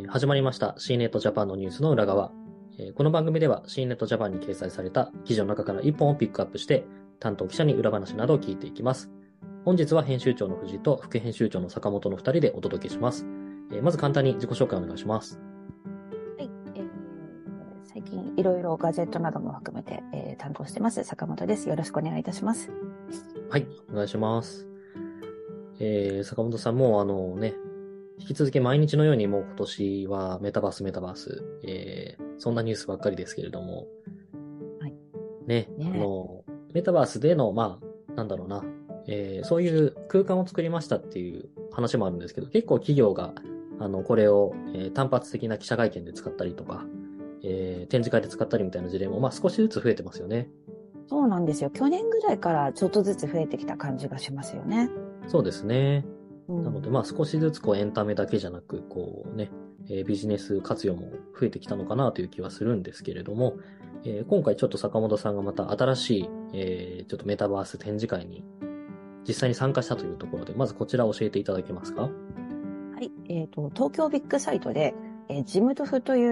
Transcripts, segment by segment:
始まりました C ネットジャパンのニュースの裏側。この番組では C ネットジャパンに掲載された記事の中から1本をピックアップして担当記者に裏話などを聞いていきます。本日は編集長の藤井と副編集長の坂本の2人でお届けします。まず簡単に自己紹介お願いします。 はい、最近いろいろガジェットなども含めて、担当してます坂本です。よろしくお願いいたします。 はい、お願いします。坂本さんも引き続き毎日のようにもう今年はメタバース、そんなニュースばっかりですけれども、 はい。 ね、メタバースでの、そういう空間を作りましたっていう話もあるんですけど、結構企業が、これを、単発的な記者会見で使ったりとか、展示会で使ったりみたいな事例も、少しずつ増えてますよね。 そうなんですよ。去年ぐらいからちょっとずつ増えてきた感じがしますよね。 そうですね。 なので、少しずつエンタメだけじゃなく、ビジネス活用も増えてきたのかなという気はするんですけれども、今回ちょっと坂本さんがまた新しい、ちょっとメタバース展示会に実際に参加したというところで、まずこちらを教えていただけますか？ はい。東京ビッグサイトで、ジムトフという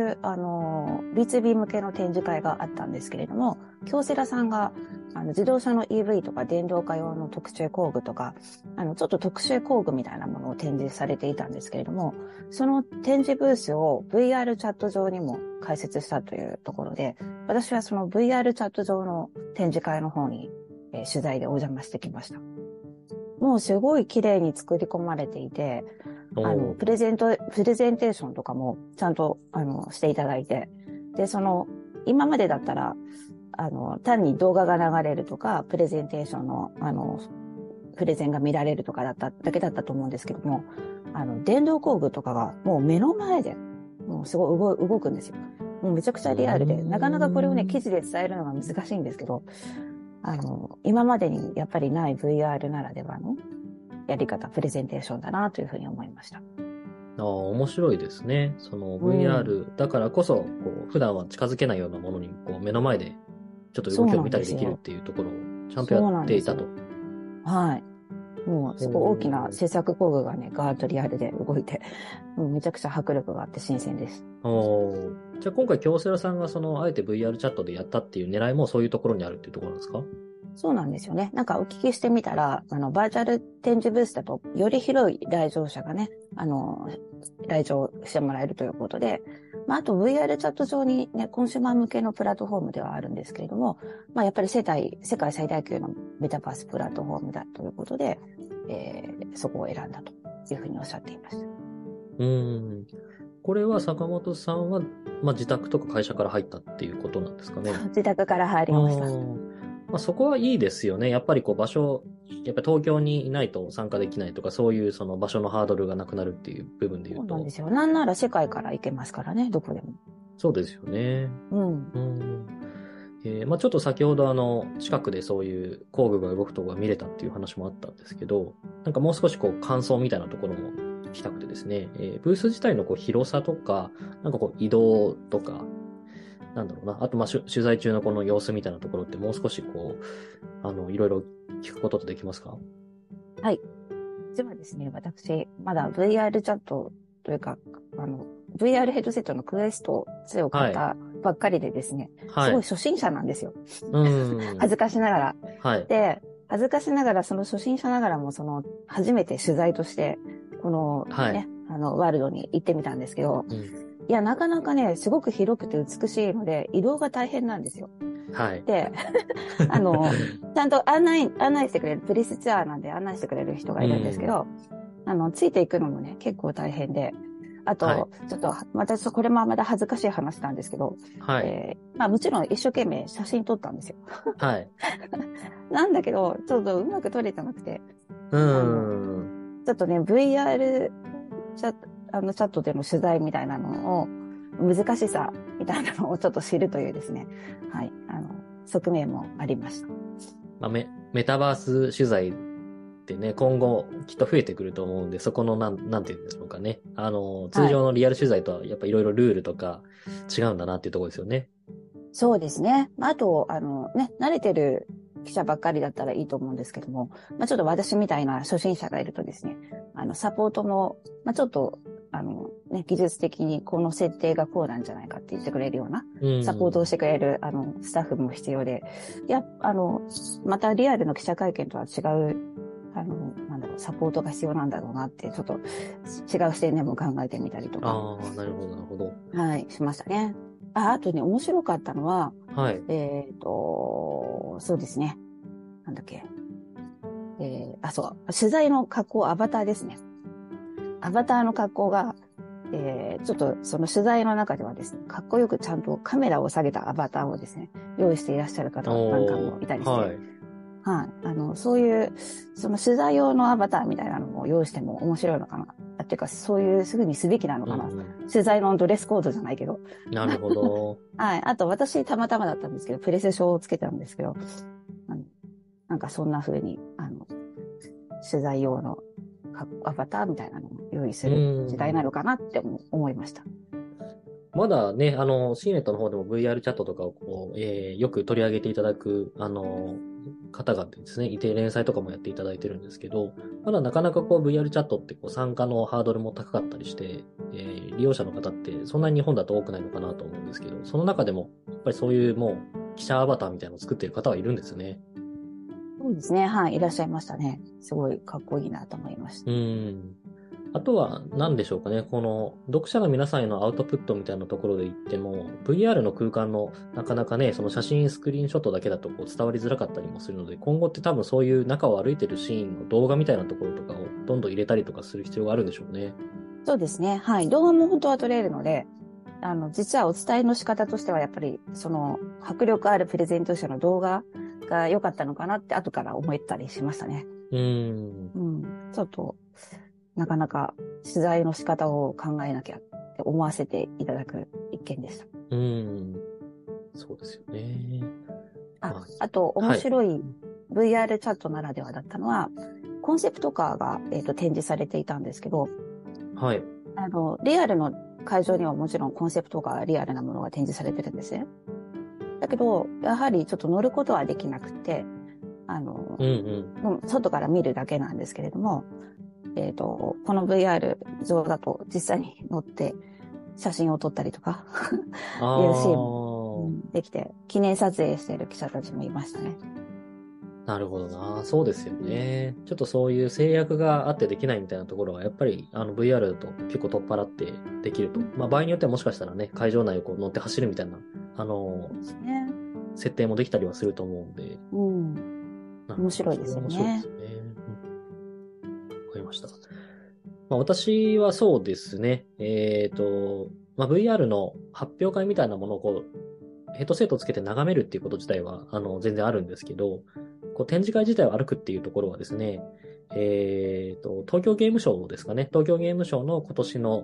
、B2B 向けの展示会があったんですけれども、京セラさんが、自動車の EV とか電動化用の特殊工具とか、ちょっと特殊工具みたいなものを展示されていたんですけれども、その展示ブースを VR チャット上にも開設したというところで、私はその VR チャット上の展示会の方に、取材でお邪魔してきました。もうすごい綺麗に作り込まれていて、プレゼンテーションとかもちゃんと、していただいて、で、今までだったら、単に動画が流れるとか、プレゼンテーションの、プレゼンが見られるとかだけだったと思うんですけども、電動工具とかがもう目の前で、もうすごい動くんですよ。もうめちゃくちゃリアルで、なかなかこれをね、記事で伝えるのが難しいんですけど、今までにやっぱりない VR ならではのやり方、プレゼンテーションだなというふうに思いました。 面白いですね。その VR だからこそ、普段は近づけないようなものに目の前でちょっと動きを見たりできるっていうところをちゃんとやっていたと。 はい。もうすごい大きな制作工具がね、ガーッとリアルで動いて、めちゃくちゃ迫力があって新鮮です。 じゃあ今回京セラさんがあえて VR チャットでやったっていう狙いもそういうところにあるっていうところなんですか？ そうなんですよね。なんかお聞きしてみたら、バーチャル展示ブースだと、より広い来場者がね、来場してもらえるということで、あと VR チャット上にね、コンシューマー向けのプラットフォームではあるんですけれども、やっぱり世界最大級のメタバースプラットフォームだということで、そこを選んだというふうにおっしゃっていました。 これは坂本さんは、自宅とか会社から入ったっていうことなんですかね？ 自宅から入りました。 そこはいいですよね。やっぱり場所、やっぱり東京にいないと参加できないとか、そういうその場所のハードルがなくなるっていう部分で言うと。 そうなんですよ。なんなら世界から行けますからね、どこでも。 そうですよね。ちょっと先ほど近くでそういう工具が動くとこが見れたっていう話もあったんですけど、なんかもう少し感想みたいなところも聞きたくてですね、ブース自体の広さとか、なんか移動とか、なんだろうな。あと、取材中のこの様子みたいなところってもう少しいろいろ聞くことってできますか？ はい。実はですね、私、まだ VR チャットというか、VR ヘッドセットのクエスト2を買ったばっかりでですね、すごい初心者なんですよ。恥ずかしながら。で、恥ずかしながら、その初心者ながらも、初めて取材として、ワールドに行ってみたんですけど、いや、なかなかね、すごく広くて美しいので、移動が大変なんですよ。で、ちゃんと案内してくれる、プレスツアーなんで案内してくれる人がいるんですけど、ついていくのもね、結構大変で、あと、ちょっと、これもまだ恥ずかしい話なんですけど、もちろん一生懸命写真撮ったんですよ。なんだけど、ちょっとうまく撮れてなくて、ちょっとね、VR チャットでの取材みたいなのを、難しさみたいなのをちょっと知るというですね、側面もありました。 メタバース取材ってね、今後きっと増えてくると思うんで、そこのなんていうんでしょうかね。通常のリアル取材とはやっぱいろいろルールとか違うんだなっていうところですよね。 そうですね。あと、慣れてる記者ばっかりだったらいいと思うんですけども、ちょっと私みたいな初心者がいるとですね、サポートも、ちょっと技術的にこの設定がこうなんじゃないかって言ってくれるような、サポートをしてくれる、スタッフも必要で、またリアルの記者会見とは違う、サポートが必要なんだろうなって、ちょっと違う視点でも考えてみたりとか。 ああ、なるほど、なるほど。 はい、しましたね。あとね、面白かったのは、 はい。 そうですね。なんだっけ。そう、取材の格好、アバターですね。アバターの格好が、ちょっとその取材の中ではですね、かっこよくちゃんとカメラを下げたアバターをですね、用意していらっしゃる方なんかもいたりして、 はい。 はい。そういう、その取材用のアバターみたいなのも用意しても面白いのかな。っていうか、そういうすぐにすべきなのかな。取材のドレスコードじゃないけど。 なるほど。 はい。あと、私、たまたまだったんですけど、プレス証をつけてたんですけど、なんかそんな風に、取材用のアバターみたいなのを用意する時代なのかなって思いました。 まだね、シーネットの方でも VR チャットとかをよく取り上げていただく、方がですね、いて連載とかもやっていただいてるんですけど、まだなかなかVR チャットって参加のハードルも高かったりして、利用者の方ってそんなに日本だと多くないのかなと思うんですけど、その中でも、やっぱりそういうもう、記者アバターみたいなのを作っている方はいるんですね。 そうですね。はい。いらっしゃいましたね。すごいかっこいいなと思いました。 あとは何でしょうかね。この読者の皆さんへのアウトプットみたいなところで言っても、VR の空間のなかなかね、その写真スクリーンショットだけだと伝わりづらかったりもするので、今後って多分そういう中を歩いてるシーンの動画みたいなところとかをどんどん入れたりとかする必要があるんでしょうね。 そうですね。はい。動画も本当は撮れるので、実はお伝えの仕方としてはやっぱり、その迫力あるプレゼント者の動画が良かったのかなって後から思ったりしましたね。ちょっと、なかなか取材の仕方を考えなきゃって思わせていただく一件でした。 そうですよね。 あと、面白い VR チャットならではだったのは、コンセプトカーが、展示されていたんですけど、 はい。 リアルの会場にはもちろんコンセプトカー、リアルなものが展示されてるんですね。だけど、やはりちょっと乗ることはできなくて、外から見るだけなんですけれども、この VR 上だと実際に乗って写真を撮ったりとかいうシーンもできて、記念撮影している記者たちもいましたね。 なるほどな。そうですよね。ちょっとそういう制約があってできないみたいなところは、やっぱりVR だと結構取っ払ってできると。場合によってはもしかしたらね、会場内を乗って走るみたいな、設定もできたりはすると思うんで。 面白いですよね。 面白いですね。わかりました。私はそうですね。VR の発表会みたいなものをヘッドセットをつけて眺めるっていうこと自体は、全然あるんですけど、展示会自体を歩くっていうところはですね、東京ゲームショウですかね。東京ゲームショウの今年の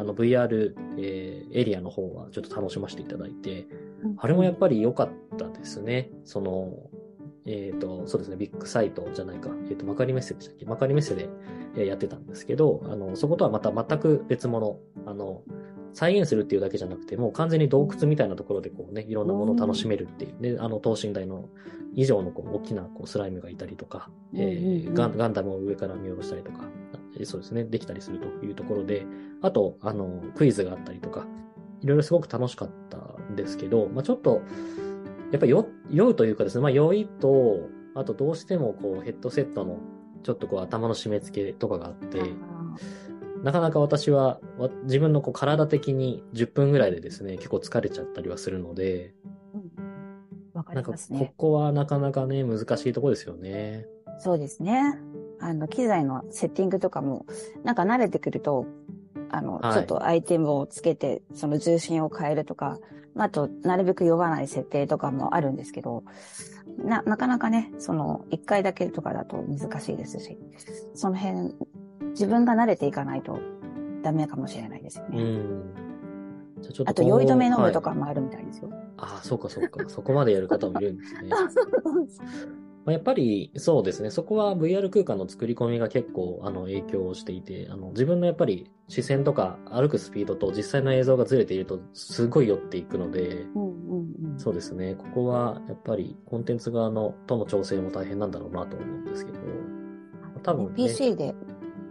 VR、エリアの方はちょっと楽しませていただいて、あれもやっぱり良かったですね。そうですね、ビッグサイトじゃないか。マカリメッセでしたっけ？マカリメッセで、やってたんですけど、そことはまた全く別物。再現するっていうだけじゃなくて、もう完全に洞窟みたいなところでいろんなものを楽しめるっていう。で、等身大の以上の大きなスライムがいたりとか、ガンダムを上から見下ろしたりとか、そうですね、できたりするというところで、あと、クイズがあったりとか、いろいろすごく楽しかったんですけど、ちょっと、やっぱり酔うというかですね、酔いと、あとどうしてもヘッドセットのちょっと頭の締め付けとかがあって、なかなか私は自分の体的に10分ぐらいでですね、結構疲れちゃったりはするので、 わかりますね。 ここはなかなかね、難しいところですよね。 そうですね。機材のセッティングとかも、慣れてくると、ちょっとアイテムをつけて、その重心を変えるとか、あと、なるべく酔わない設定とかもあるんですけど、なかなかね、一回だけとかだと難しいですし、その辺、自分が慣れていかないとダメかもしれないですよね。 じゃちょっとあと、酔い止め飲むとかもあるみたいですよ。 そうか。そこまでやる方もいるんですね。やっぱりそうですね。そこは VR 空間の作り込みが結構影響していて、自分のやっぱり視線とか歩くスピードと実際の映像がずれているとすごい寄っていくので、そうですね。ここはやっぱりコンテンツ側との調整も大変なんだろうなと思うんですけど、多分、ね、 PC で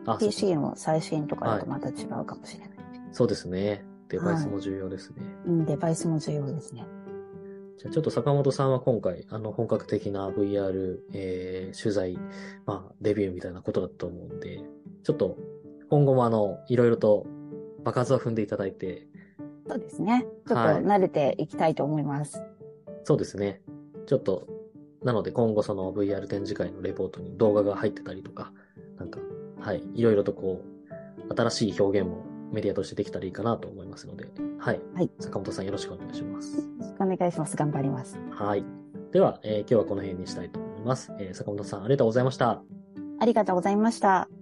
あ、そうか。 PC の最新とかだとまた違うかもしれない。 そうですね。デバイスも重要ですね。 うん、デバイスも重要ですね。 じゃあちょっと坂本さんは今回、本格的な VR、取材、デビューみたいなことだと思うんで、ちょっと、今後もいろいろと爆発を踏んでいただいて、 そうですね。ちょっとはい。 慣れていきたいと思います。 そうですね。ちょっと、なので今後その VR 展示会のレポートに動画が入ってたりとか、なんか、はい、いろいろと新しい表現もメディアとしてできたらいいかなと思いますので、はい。 はい。 坂本さんよろしくお願いします。 よろしくお願いします。頑張ります。 はい。では、今日はこの辺にしたいと思います。坂本さんありがとうございました。 ありがとうございました。